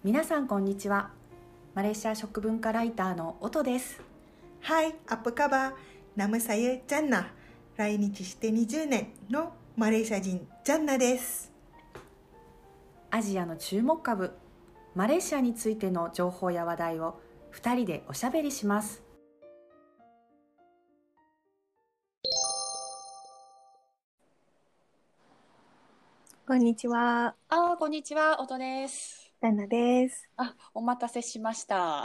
皆さんこんにちは。マレーシア食文化ライターのオトです。 Hai, apa kabar? Nama saya Jannah. 来日して20年のマレーシア人ジャンナです。 アジアの注目株マレーシアについての情報や話題を2人でおしゃべりします。 こんにちは、 こんにちは、オトです。 ジャンナです。 お待たせしました。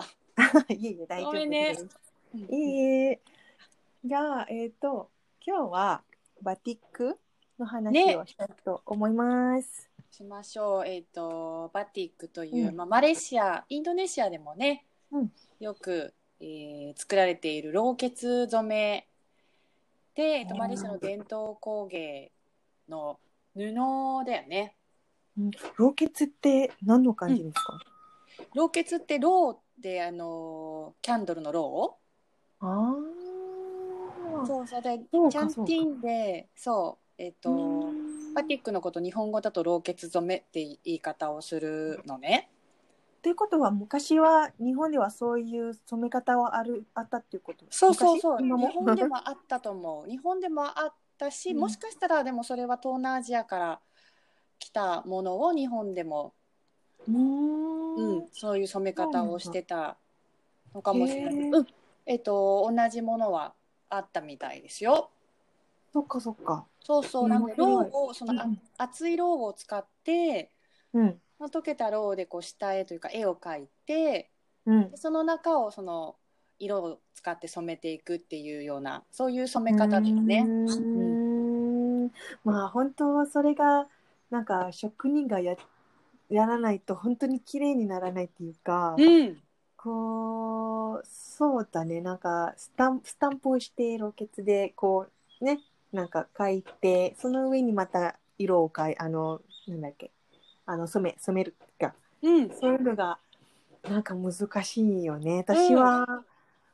いえいえ、大丈夫ごめんね。 です。いえいえ。じゃあ、今日はバティックの話ね、 をしたいと思います。 しましょう。バティックという、 うん、 マレーシア、インドネシアでもね、 うん、 よく、作られているろうけつ染めで、マレーシアの伝統工芸の布だよね。 ろうって何の感じですか？ ろうけつってろうでキャンドルのろあう、 あ、 そうそうで、 そうキャかそうか。 ンティーンで、そうバティックのこと日本語だとろうけつ染めって言い方をするのね。 ということは昔は日本ではそういう染め方はあったっていうこと？ そうそう昔？ そう、 今も？ 日本でもあったと思う。日本でもあったし、もしかしたらでもそれは東南アジアから来たものを日本でも、そういう染め方をしてたのかもしれないけど、同じものはあったみたいですよ。 そっかそっか。 そうそう、なので、 面白い。 ろうを、厚いろうを使って、 うん、 溶けたろうでこう下絵というか絵を描いて、 うん、 でその中をその色を使って染めていくっていうような、そういう染めう方だよね。うん。 ーん。まあ本当はそれがなんか職人がやらないと本当に綺麗にならないっていうか、 うん。 そうだね、なんかスタンプをしてロケツでこうね、なんか書いて、その上にまた色をなんだっけ、染めるか、 うん。 そういうのがなんか難しいよね。私うん。 は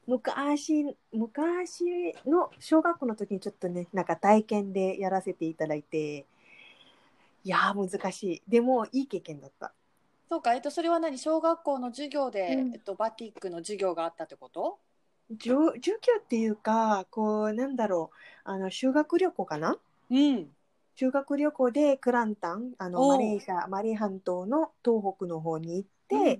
昔の小学校の時にちょっとね、なんか体験でやらせていただいて、いやー難しい。でもいい経験だった。 そうか、それは何、小学校の授業で、 うん、 バティックの授業があったってこと？ 授業っていうか、こう、なんだろう、修学旅行かな。 うん。 修学旅行でクランタン、 おう。 マレー半島の東北の方に行って、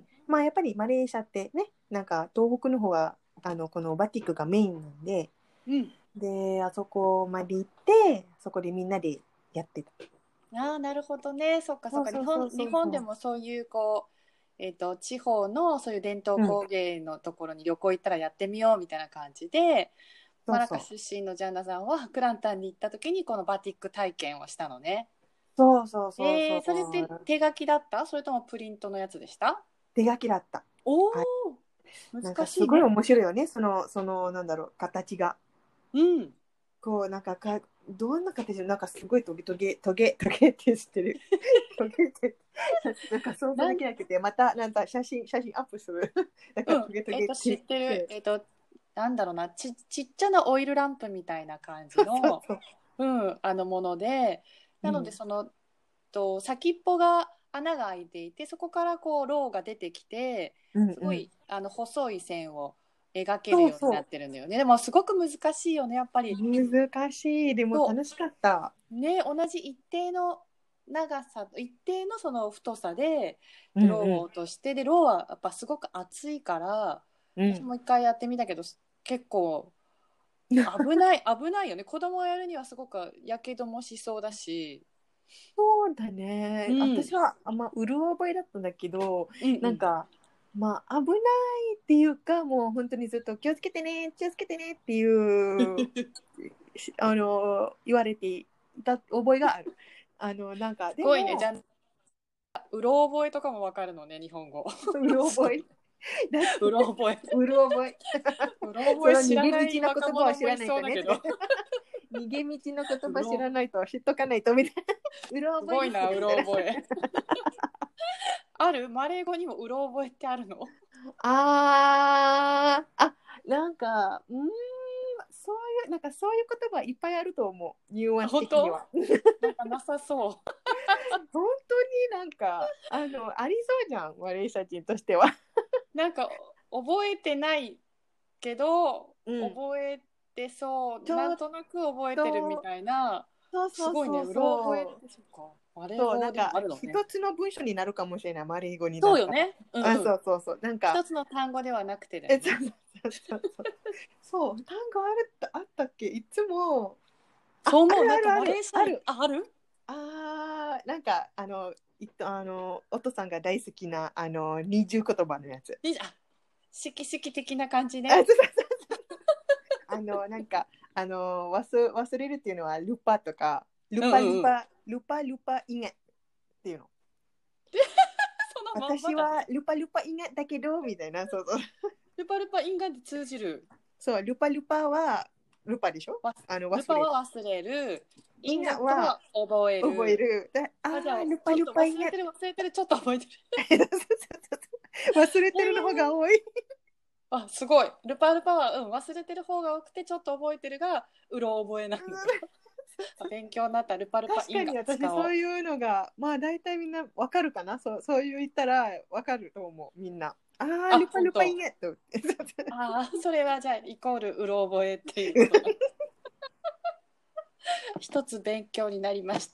うん。 まあやっぱりマレーシアってね、なんか東北の方が、このバティックがメインなんで、 うん。 で、あそこまで行って、そこでみんなでやってた。 なるほどね。そっかそっか。 そうそうそう日そうそう。 本でもそういうこう、地方のそういう伝統うん、 工芸のところに旅行行ったらやってみようみたいな感じで、マラカそうそう。 出身のジャンナさんはクランタンに行った時にこのバティック体験をしたのね。 そうそうそうそそれってう。 手書きだった？それともプリントのやつでした？ 手書きだった。 おはい。 お、 なんか難しいね。 すごい面白いよね。なんだろう、形が。 うん。 こう、どんな形で、なんかすごいトゲって知ってる。トゲって、なんか想像なん、 できなくて、また、なんか写真アップする。なんかトゲトゲって知ってる。 言って、 なんだろうな、ちっちゃなオイルランプみたいな感じの、 そうそう。 もので、なのでうん。 その、先っぽが穴が開いていて、そこからこう、ろうが出てきて、 うんうん。 すごい、細い線を描けるようになそうそってるんだよね。でも、すごく難しいよね、やっぱり。 う。難しい。でもそ楽しかった。 う。ね、同じ一定の長さ、一定のその太さで、ろうをうん落として、で、ろうはやっぱすごく厚いから、 うん。うん。 私も一回やってみたけど、結構、危ないよね。子供がやるにはすごくやけどもしそうだし。 そうだね。 うん。 私はうる覚えだったんだけど、 うんうん。 なんか、危ないっていうか、もう本当にずっと気をつけてね、気をつけてねっていう、言われていた覚えがある。なんか、 すごいね。じでも、 ゃあ、うろ覚えとかもわかるのね、日本語。 うるすごい。 覚え。だって、 うろ覚え。 うる覚え。 うろ覚そえの逃げ道知らないの言葉を若者もい知らないとそうだけど。 ねとか言って、逃げ道の言葉知うろ、 らないと知っとかないとみたいな。うる覚えですすごいな、うみたいな。 ろ覚え。あるマレー語にもうろ覚えってあるの？ なんか、そういう言葉いっぱいあると思う。ニュアンス本当？ 的には。 なんかなさそう。 本当なんかありそうじゃん、マレーシア人としては。 なんか覚えてないけど、 うん。 覚えてそう、 ちょっなんとなく覚えてるみと、 たいな。 そうすごいね、 そうそううろ覚えっそう。 て、そっか、マレーそう、な語でもんかあるのね。 一つの文章になるかもしれない、マレー語になったら。 そうよね。うんあ、 うん。 そうそうそう。なんか、 一つの単語ではなくてだよそうね。 そうそうそう。そう、単語あったっけいつも。あ、 そう思う。 あるなんかあるある、 マレーシア、 ある。 ある。 なんか、お父さんが大好きな、二重言葉のやつ。 色々的な感じあ、そうね。 そうそう。なんか、忘れるっていうのは、ルパとか、ルうんパうんうん。 ルパ、ルパルパイネっていうの。 そのまんまだね。 私はルパルパイネだけど、みたいな、そうそう。 ルパルパ因果で通じる。 そう、ルパルパは、ルパでしょ。 わルパ忘れる。 は忘れる。 イ因果ネはは覚える。 覚える。 じゃあ、 ルパちょっとルパイネ。 忘れてる、ちょっと覚えてる。 忘れてるの方が多い。 あ、すごい。ルパルパは、忘れてる方が多くて、ちょっと覚えてるが、うろ覚えなんだ。勉強になった。ルパルパ因果確かに私使おう。 そういうのが、まあ大体みんなわかるかな。そういう言ったらわかると思う、みんな。ルあ、 パルパイ本当。 ネと。 ああ、それはじゃあ、イコールうろ覚えっていうことだ。一つ勉強になりました。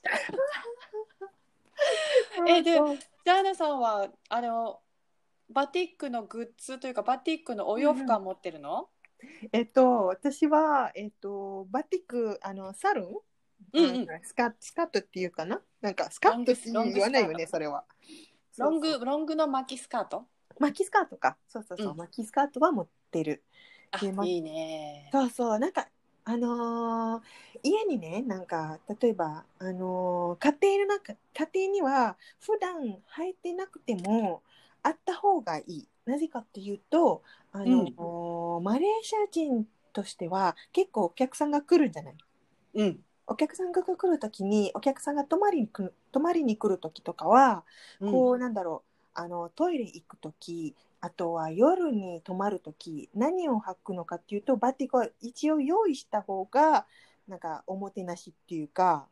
で、 そう。 ジャーナさんは、バティックのグッズというか、バティックのお洋うんうん。 服は持ってるの？ 私は、バティック、サルン、 うんうん。 スカートっていうかな、なんか、スカートってロング言わないよね、 スカート。 それは。そうそう。 ロングの巻きスカート。 巻きスカートか。そうそうそう。 うん。 巻きスカートは持ってる。で、 いいね。 そうそう。なんか、家にね、なんか、例えば、家庭には、普段履いてなくても、あった方がいい。なぜかっていうと、 うん。 マレーシア人としては、結構お客さんが来るんじゃない。 うん。 お客さんが来るときに、お客さんが泊まりに来るときとかは、 うん。 こう、なんだろう、トイレ行くとき、あとは夜に泊まるとき、何を履くのかっていうと、バティコは一応用意した方が、なんか、おもてなしっていうか、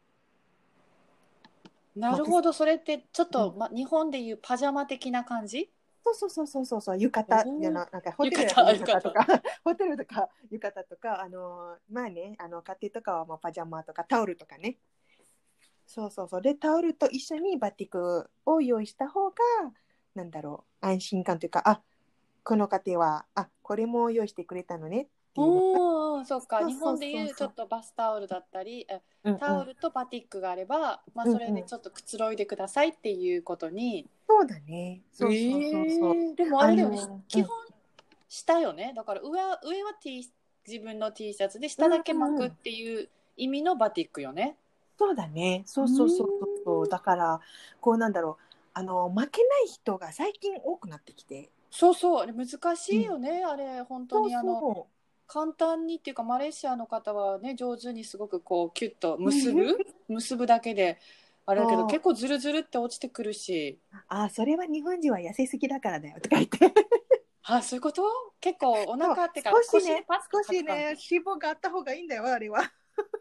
まあ、 なるほど。それってちょっと、 うん、 日本でいうパジャマ的な感じ？ そう、浴衣おお。 なんかホテルだと浴衣、浴衣。 浴衣とか、ホテルとか浴衣とか、まあね、家庭とかはまあパジャマとかタオルとかね。そう。で、タオルと一緒にバティックを用意した方が、なんだろう、安心感というか、この家庭は、これも用意してくれたのねっていうのが、 おお、そっか。 そうそう日本でいうちそうそう。 ょっとバスタオルだったり、タオうんうん。 ルとバティックがあれば、それうんうん。 でちょっとくつろいでくださいっていうことに。 そうだね。そう。 でもあれだよね。基本うん。 下よね。だから上は自分の T シャツで下うんだけ巻くっうんうん。 ていう意味のバティックよね。 そうだね。 うそう。 ん。 だから、こうなんだろう。負けない人が最近多くなってきて。 そうそう、あれ難しうん。 いよね。あれ本当そうにそ簡単にっていうか、マレーシアの方はね、上手にすごくこうキュッとう。 結ぶだけであれだけど、 そう。 結構ズルズルって落ちてくるし。 それは日本人は痩せすぎだからだよとか言って。 そういうこと。結構おそう、 腹ってか腰にパッと少しね、 かく感じ。 脂肪があった方がいいんだよ、あれは。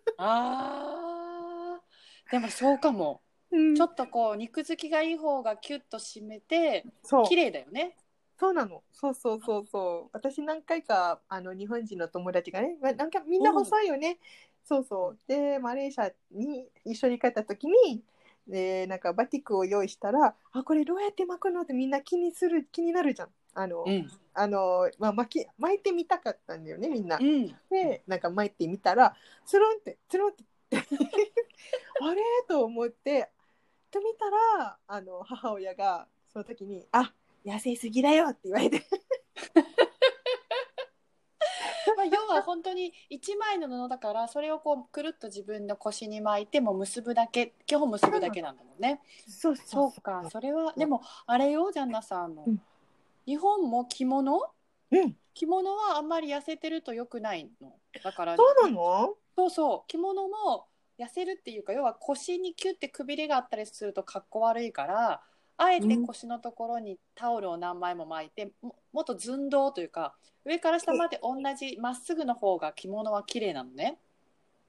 あー、でもそうかも。 うん。 ちょっとこう肉付きがいい方がキュッと締めて綺そう。 麗だよね。 そうなの。そう。私何回か、日本人の友達がね、なんかみんなうん。 細いよね。そう。で、マレーシアに一緒に帰った時に、なんかバティックを用意したら、これどうやって巻くのってみんな気になるじゃん。 うん。 まあ、巻いてみたかったんだよね、みんな。 うん。 で、なんか巻いてみたら、つるんってあれと思って、と見たら、母親がその時に、痩せすぎだよって言われて。 要は本当に一枚の布だから、それをこうくるっと自分の腰に巻いても結ぶだけ、基本結ぶだけなんだもんね。 そうそうそうか、それはでもあれよ、ジャンナさんうん。 日本もうん。 着物はあんまり痩せてると良くないの。だからそうなの。 そうそう、着物も痩せるっていうか、要は腰にキュッてくびれがあったりするとかっこ悪いから、あえてうん。 腰のところにタオルを何枚も巻いて、もっと寸胴というか、上から下まで同じまっすぐの方が着物は綺麗なのね。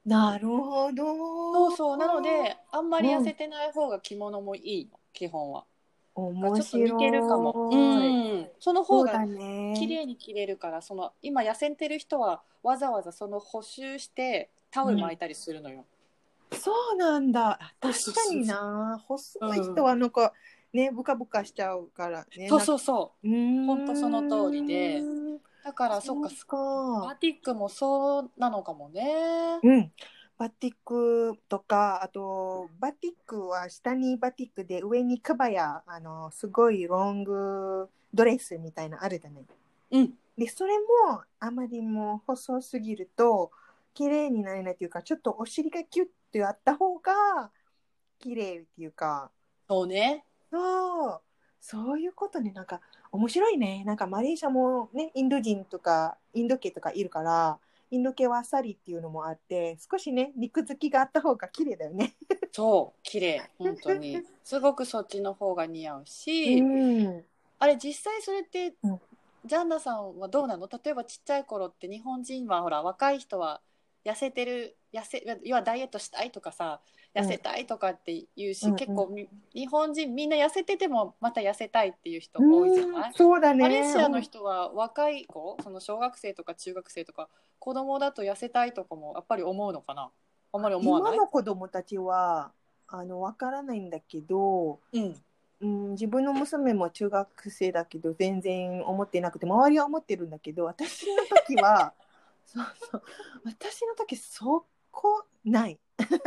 なるほそうど。 そう。なので、あんまり痩うん、 せてない方が着物もいいの、基本は。 面ちょっと似てるかも。う白い。 ん。その方がそうだね。 綺麗に着れるから、今痩せてる人はわざわざその補修してタオうん。 ル巻いたりするのよ。 そうなんだ。 そう確かにそうそうそな。細う。 い人うん。 はなんかね、ブカブカしちゃうからね。 そうなんか、 そうそう。 うーほんとその通りで。 ん。 だからそっか、 そうか。 バティックもそうなのかもね。 うん。バティックとか、あと、バティックは下にバティックで上にカバや、すごいロングドレスみたいなのあるじゃない。 うん。 で、それもあまりも細すぎると、綺麗になれないというか、ちょっとお尻がキュッてあった方が綺麗っていうか、 そうね。 そう、そういうことね、なんか面白いね。なんかマレーシアもね、インド人とかインド系とかいるから、インド系はあっさりっていうのもあって、少しね、肉付きがあった方が綺麗だよね。 そう。綺麗。本当に。すごくそっちの方が似合ううし、 ん。 あれ実際それってうん、 ジャンナさんはどうなの？例えばちっちゃい頃って日本人はほら若い人は痩せてる要はダイエットしたいとかさ痩せたいとかって言うし、 うん、うん。 結構日本人みんな痩せててもまた痩せたいっていう人多いじゃうん、 ない？ そうだマレーシね。 アのうん。 人は若い子その小学生とか中学生とか子供だと痩せたいとかもやっぱり思うのかな？あんまり思わない？ 今の子供たちは、わからないんだけど、 うん。 うん、自分の娘も中学生だけど全然思ってなくて周りは思ってるんだけど私の時はそうそう私の時そこない。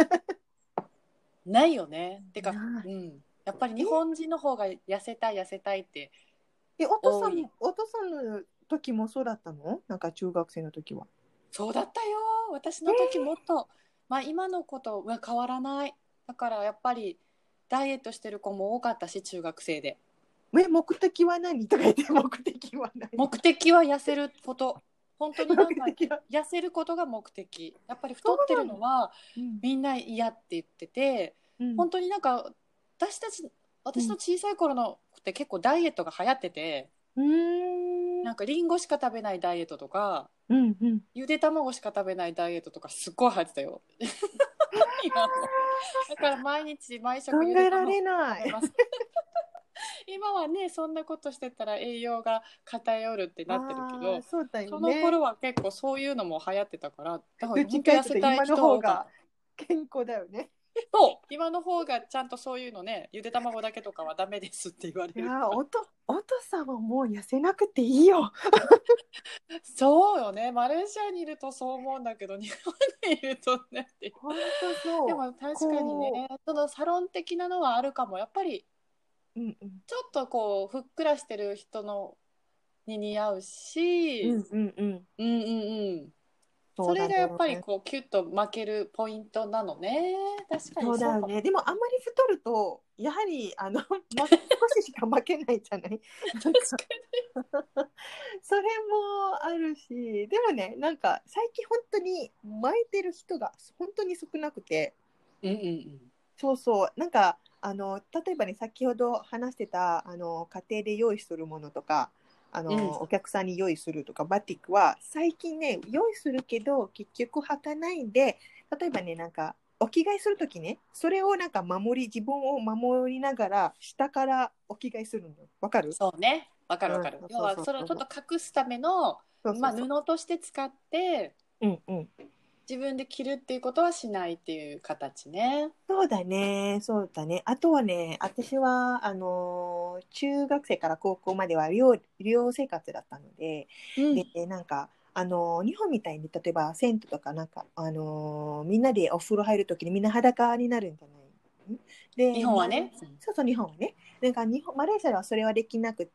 ないよね。てか、 ない。 うん。やっぱり日え本人の方が痩せたい痩せたいってお父さ多い。 んお父さんの時もそうだったの？なんか中学生の時は。 そうだったよ。私の時えもっと、まあ今の子とは変わらない。だからやっぱりダイエットしてる子も多かったし、中学生で。 目的は何とか言って目的は何？ 目的は痩せること。本当になんか目的は痩せることが目的。やっぱりそ太ってるうなの？ のはうんみんな嫌って言ってて、 うん本当になんか私たち、私のうん小さい頃のって結構ダイエットが流行ってて、 うーんなんかリンゴしか食べないダイエットとか、 うんうん。 ゆで卵しか食べないダイエットとかすっごい流行ってたよ。今も。だから毎日毎考食ゆで卵えられない。 食べます。今はね、そんなことしてたら栄養が偏るってなってるけああ、 ど、 そうだよその頃ね。 は結構そういうのも流行ってたから、だからどっち本当かっていうと今の痩せたい人は方が多かった。 健康だよね。 そう、今の方がちゃんとそういうのね、ゆで卵だけとかはダメですって言われいやー、 るから。 お父さんはもう痩せなくていいよ。 そうよね、マレーシアにいるとそう思うんだけど、日本にいるとねって。 ほんとそう。 でも確かにね、 こそのサロン的なのはあるかも。やっぱりうんうんちょっとこうふっくらしてる人のに似合うし、 うんうんうん。 うんうんうん。 そうだそれがやっぱりね。 こうキュッと負けるポイントなのね。確かそにそうかも。 うだよね。でもあんまり太ると、やはり少ししか負けないじゃない。なんかそれもあるし、でもね、なんか最近本当に巻いてる人が本当に少なくて、 うんうんうん。 そうそう、なんか例えばね、先ほど話してた家庭で用意するものとか、 うん。 お客さんに用意するとか、バティックは最近ね、用意するけど、結局履かないんで、例えばね、なんか、お着替えするときね、それをなんか自分を守りながら、下からお着替えするの。わかる？ そうね。わかるわうん、 かる。要そうはそれをちょっそうそうそう。 と隠すための、まあ、 そうそうそう。 布として使ってうんうん。 自分で着るっていうことはしないっていう形ね。 そうだね、そうだね。あとはね、私は、中学生から高校までは寮生活だったので、 うん。 で、なんか、日本みたいに、例えば、銭湯とか、なんか、みんなでお風呂入るときにみんな裸になるんじゃない？ 日で、 本はね。 そうそう、日本はね。なんか、マレーシアではそれはできなくって、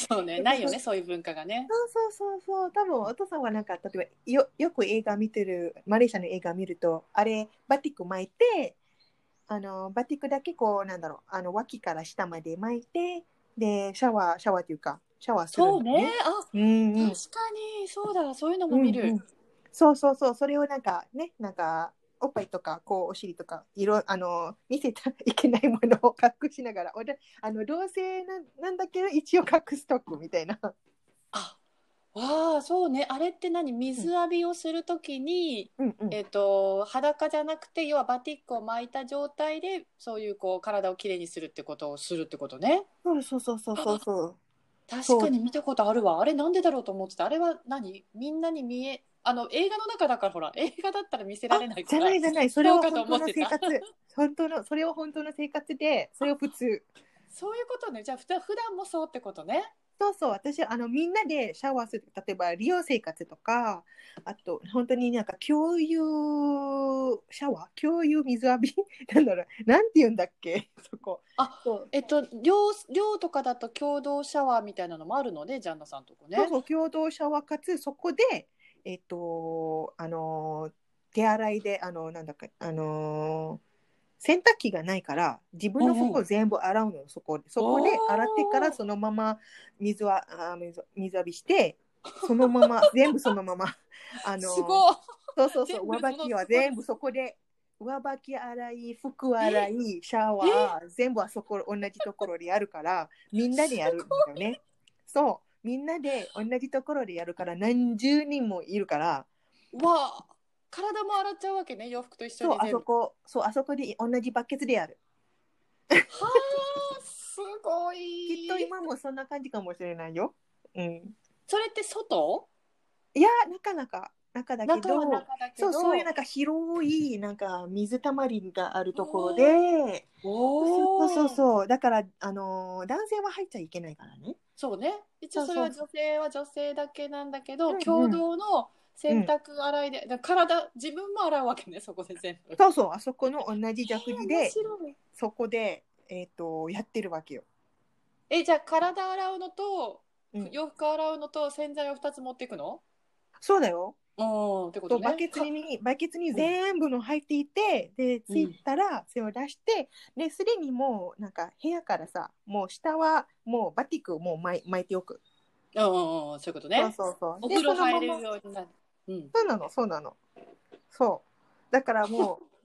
そうね。 で、 ないよね。そういう文化がね。 そうそうそうそう、多分お父さんはなんか、例えばよく映画見てる、マレーシアの映画見ると、あれ、バティック巻いて、バティックだけこう、なんだろう、脇から下まで巻いて、で、シャワーっていうか、シャワーするそうね。 んだよね。 あ、 うんうん。 確かに。そうだ。そういうのも見る。 うんうん。そうそうそう、それをなんかね、なんか、おっぱいとか、こう、お尻とか、見せたらいけないものを隠しながら、同性なんだけど、一応隠しとくみたいな。 あ、 ああ、そうね。あれって水浴びをするときに、 うんうん。 裸じゃなくて、要はバティックを巻いた状態で、そういうこう体をきれいにするってことをするってことね。 そうそうそうそうそうそう。 確そう。 かに見たことあるわ。あれなんでだろうと思ってた。あれはみんなに映画の中だからほら、映画だったら見せらあ、 れないじゃから、 ないじゃない。それそうかとは本当の思ってた。 生活。それは本当の生活で、それを普通。 そういうことね。じゃあ、普段もそうってことね。 そうそう、私、みんなでシャワーする、例えば利用生活とか、あと、本当になんか共有シャワー、共有水浴びなんだろう、なんて言うんだっけ、そこ。 あ、 そう、 寮とかだと共同シャワーみたいなのもあるので、ジャンナさんとこね。 そうそう、共同シャワーかつ、そこで、手洗いで、なんだか、洗濯機がないから、自分のうんうん。 服を全部洗うの、そこで。そこで洗ってから、 おー、 そのまま水浴びして、そのまま、全部そのまま、あの、 すごい。 そうそうそう、 全部その上履きはそこで全部そこで、上履き洗い、服洗え、 い、シャワえ、 ー、全部あそこ、同じところでやるから、みんなですやるんだよね。そう、みんなで同じところでやるから、何十人もいるから、 ごい。わあ、体も洗っちゃうわけね、洋服と一緒そう、 に全部。 あそこで同じバケツでやる。 はあ、すごきっとい。 今もそんな感じかもしれないよ。うん。 それって外？ いや、中だけ中はど、 中だけそう、そういうど、 なんか広い、なんか水たまりがあるところおー、 で、そうそうおー、 そう、だから、男性は入っちゃいけないからね。 そうね。一応それはそうそうそ女性は女性だけなんだけど、 う。 共うん同のうん。 洗濯洗いで、体、自分も洗うわけね、そこで全部。 そうそう、あそこの同じ蛇口面で、 白い。 そこで、やってるわけよ。 じゃあ体洗うのと、 うん。 洋服洗うのと洗剤を2つ持っていくの？ そうだよ。 うん、ってこそう、 とね。 バケツにうん、 全部の入っていて、で、着いうん、 たら、それを出して、で、すでにもう、なんか、部屋からさ、もう下は、もうバティックをもう巻いておく。 うん、うん、そういうことそうね。 そうそう。 おで、 風呂入れそのまま、 るようになる。うん。 そうなの、そうなの。そう。だからもう、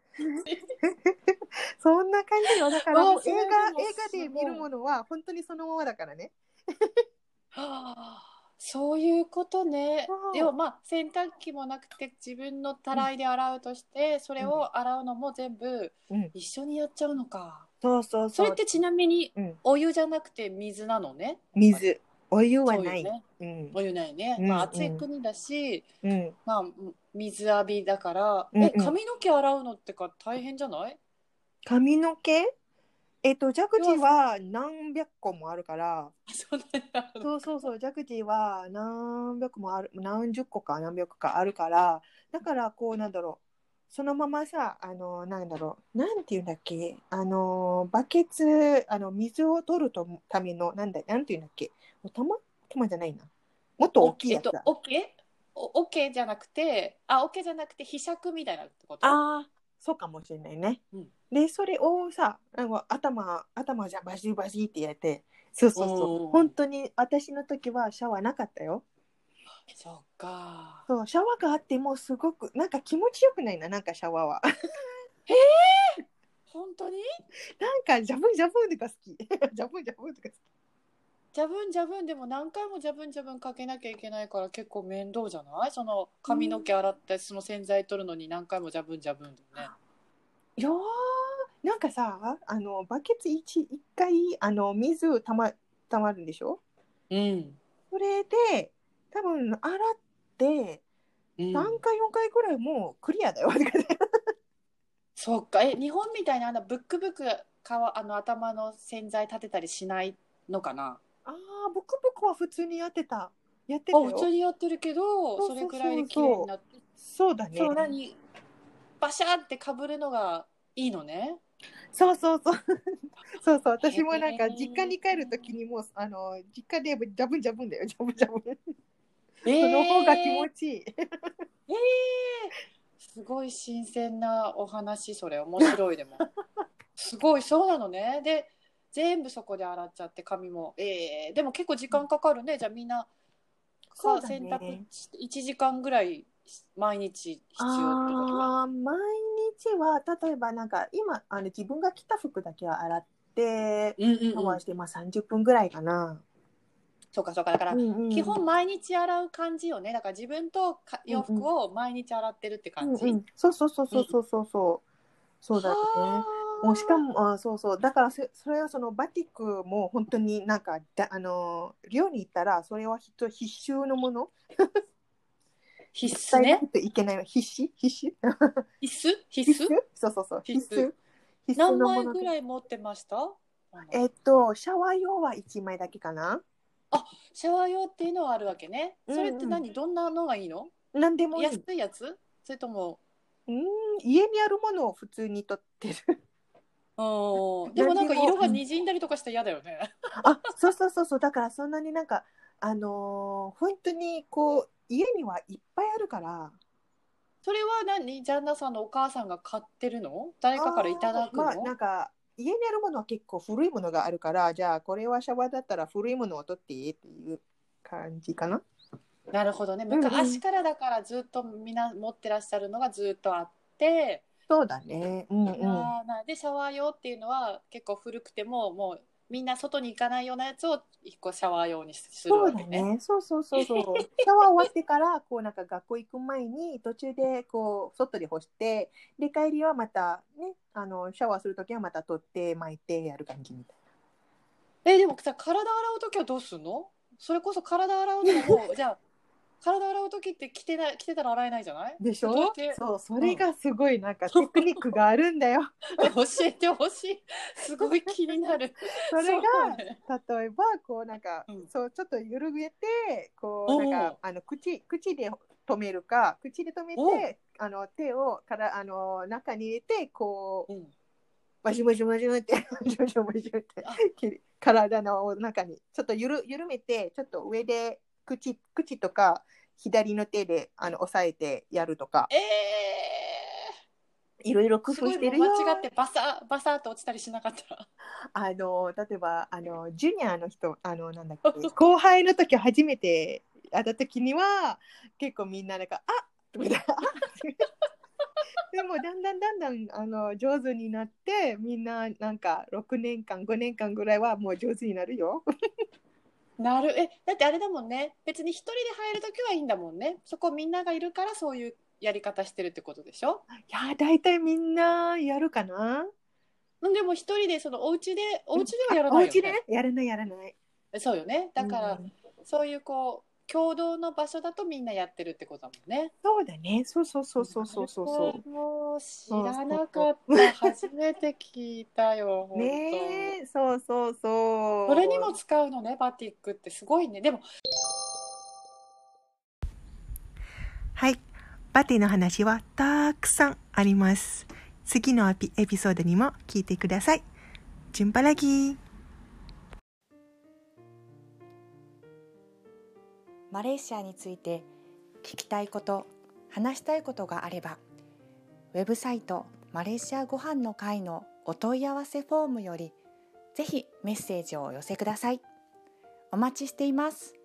そんな感じよ。だからわあ、 もうそれでも映画で見るすごい。 ものは、本当にそのままだからね。 はあ、そういうことね。でもそまあ洗濯機もなくて自分のたらいで洗うとしてそれう。うん。 を洗うのも全部うん。 一緒にやっちゃうのか。 そうそうそう。 それってちなみにうん。 お湯じゃなくて水なのね。やっぱり。 水。お湯はない。 そうよね。 うん。 お湯ないね。 うん、 まあ暑いうん。 国だし、 うん。 まあ水浴びだから、 うん、うん。 髪の毛洗うのってか大変じゃない？ 髪の毛蛇要は、 口は何百個もあるから、 そんなにあるのか。 そうそうそう、蛇口は何百もある、何十個か何百かあるから、だからこうなんだろう、そのままさ、なんだろう、なんていうんだっけ、バケツ、水を取るための、なんていうんだっけ、玉じゃないな。もっと大きいやつだ。 オッケーオッケーじゃなくて、オッケーじゃなくて、ひしゃくみたいなってこと？ ああ、そうかもしれないね。 うん。 で、それをさ、頭じゃバシバシってやって、そううそうそう。本ん。 当に私の時はシャワーなかったよ。 そっか。 そう、シャワーがあってもすごく、なんか気持ちよくないな、なんかシャワーは。 えー、本当に？ なんかジャブンジャブンとか好き。ジャブンジャブンとか好き。 ジャブンジャブンでも何回もジャブンジャブンかけなきゃいけないから結構面倒じゃない？その髪の毛洗ってその洗剤取るのに何回もジャブンジャブンでね。 いやー、なんかさ、バケツ一回、水たまるんでしょ？ うん。 それで、多分、洗って、3 うん。 回、4回ぐらいもうクリアだよ。 そっか。日本みたいなブックブク頭の洗剤立てたりしないのかな？ ああ、ブクブクは普通にやってた。やってた普通よ。 にやってるけど、 そうそれそうそうくらいで綺麗にそう。 なって、 そうだね。 そう、バシャーってかぶるのがいいのね。 そうそうそう。そうそう。私へもなんか実家え。 に帰るときにもう、実家でジャブンジャブンだよ。ジャブンジャブン。その方が気ええ持ちいい。 ええ、すごい新鮮なお話、それ面白いでも。すごい、そうなのね。で、全部そこで洗っちゃって髪も。でも結構時間かかるね。じゃあみんなそうだ洗濯ね。 1時間ぐらい毎日必要ってこと？ 毎日は、例えばなんか今、自分が着た服だけは洗って、 うんうんシャうん。 ワーして、まあ30分ぐらいかな。 そうかそうか、だからうんうん、 基本毎日洗う感じよね。だから自分と洋服を毎日洗ってるって感じ。 そうそうそううんそうそうそうそうそうだよね。もうしかはもそうそうだからそれはそのバティックも本当になんか寮に行ったらそれは必須のもの、 必絶須ね。 対ないといけない必須必須必須必須そうそうそう必須。 必須何のもので、 枚ぐらい持ってました？ シャワー用は1枚だけかな。 あ、シャワー用っていうのはあるわけね。それってうんどんなのがいいの？ 何でもい安い。 いやつ？それとも、 家にあるものを普通に取ってる。 でもなんか何でも、 色が滲んだりとかしたら嫌だよね。 そうそうそうそうだからそんなになんか本当にこう家にはいっぱいあるから。 それはジャンナさんのお母さんが買ってるの？誰かからいただくまあの？ なんか家にあるものは結構古いものがあるから、じゃあこれはシャワーだったら古いものを取っていいっていう感じかな。 なるほどね。 うんうん、 昔からだからずっとみんな持ってらっしゃるのがずっとあって、 そうだね。うんうん。 でシャワー用っていうのは結構古くてももうみんな外に行かないようなやつを一個シャワー用にするそうわけね。 だね。そうそうそうそう。シャワー終わってからこうなんか学校行く前に途中でこう外で干して、で帰りはまたねシャワーするときはまた取って巻いてやる感じみたいでもさ、体洗う時はどうすんの？それこそ体洗うのももうじゃあ体洗う時って着てたら洗えないじゃない？ でしそれどうやって？ ょ。そう、それうん、 がすごいなんかテクニックがあるんだよ。 教えてほしい。すごい気になる。 それがそうね。 例えばこうなんかうん。 そうちょっと緩めてこうなんかおう口で止めるか、口で止めおう。 て手をから中に入れてこううん。 バシバシバシってバシバシバシってあ、 体の中にちょっと緩めて、ちょっと上で口とか左の手で押さえてやるとか、いろいろ工すごいもう夫してるよ。 間違ってバサッと落ちたりしなかったら。 例えばジュニアの人なんだっけ、後輩の時初めて会った時には結構みんななんかみたいなでもだんだん上手になって、みんななんか6年間5年間ぐらいはもう上手になるよ。 だってあれだもんね。別に一人で入るときはいいんだもんね。そこみんながいるからそういうやり方してるってことでしょ？ いやだいたいみんなやるかな。 でも一人でそのお家ではやらお家でないよね。 やらないやらない。 そうよね。 うだからん、 そういうこう共同の場所だとみんなやってるってことだもんね。 そうだね。そうそうそうそうなるそうそうほそうど。知そうらなそう。 かった。初めて聞いたよ、本当。 ねえ、そうそうそれにもそう。 使うのね、バティックってすごいね。でも、 はい。バティの話はたくさんあります。次のエピソードにも聞いてください。Jumpa lagi。 マレーシアについて聞きたいこと、話したいことがあれば、ウェブサイトマレーシアごはんの会のお問い合わせフォームよりぜひメッセージをお寄せください。お待ちしています。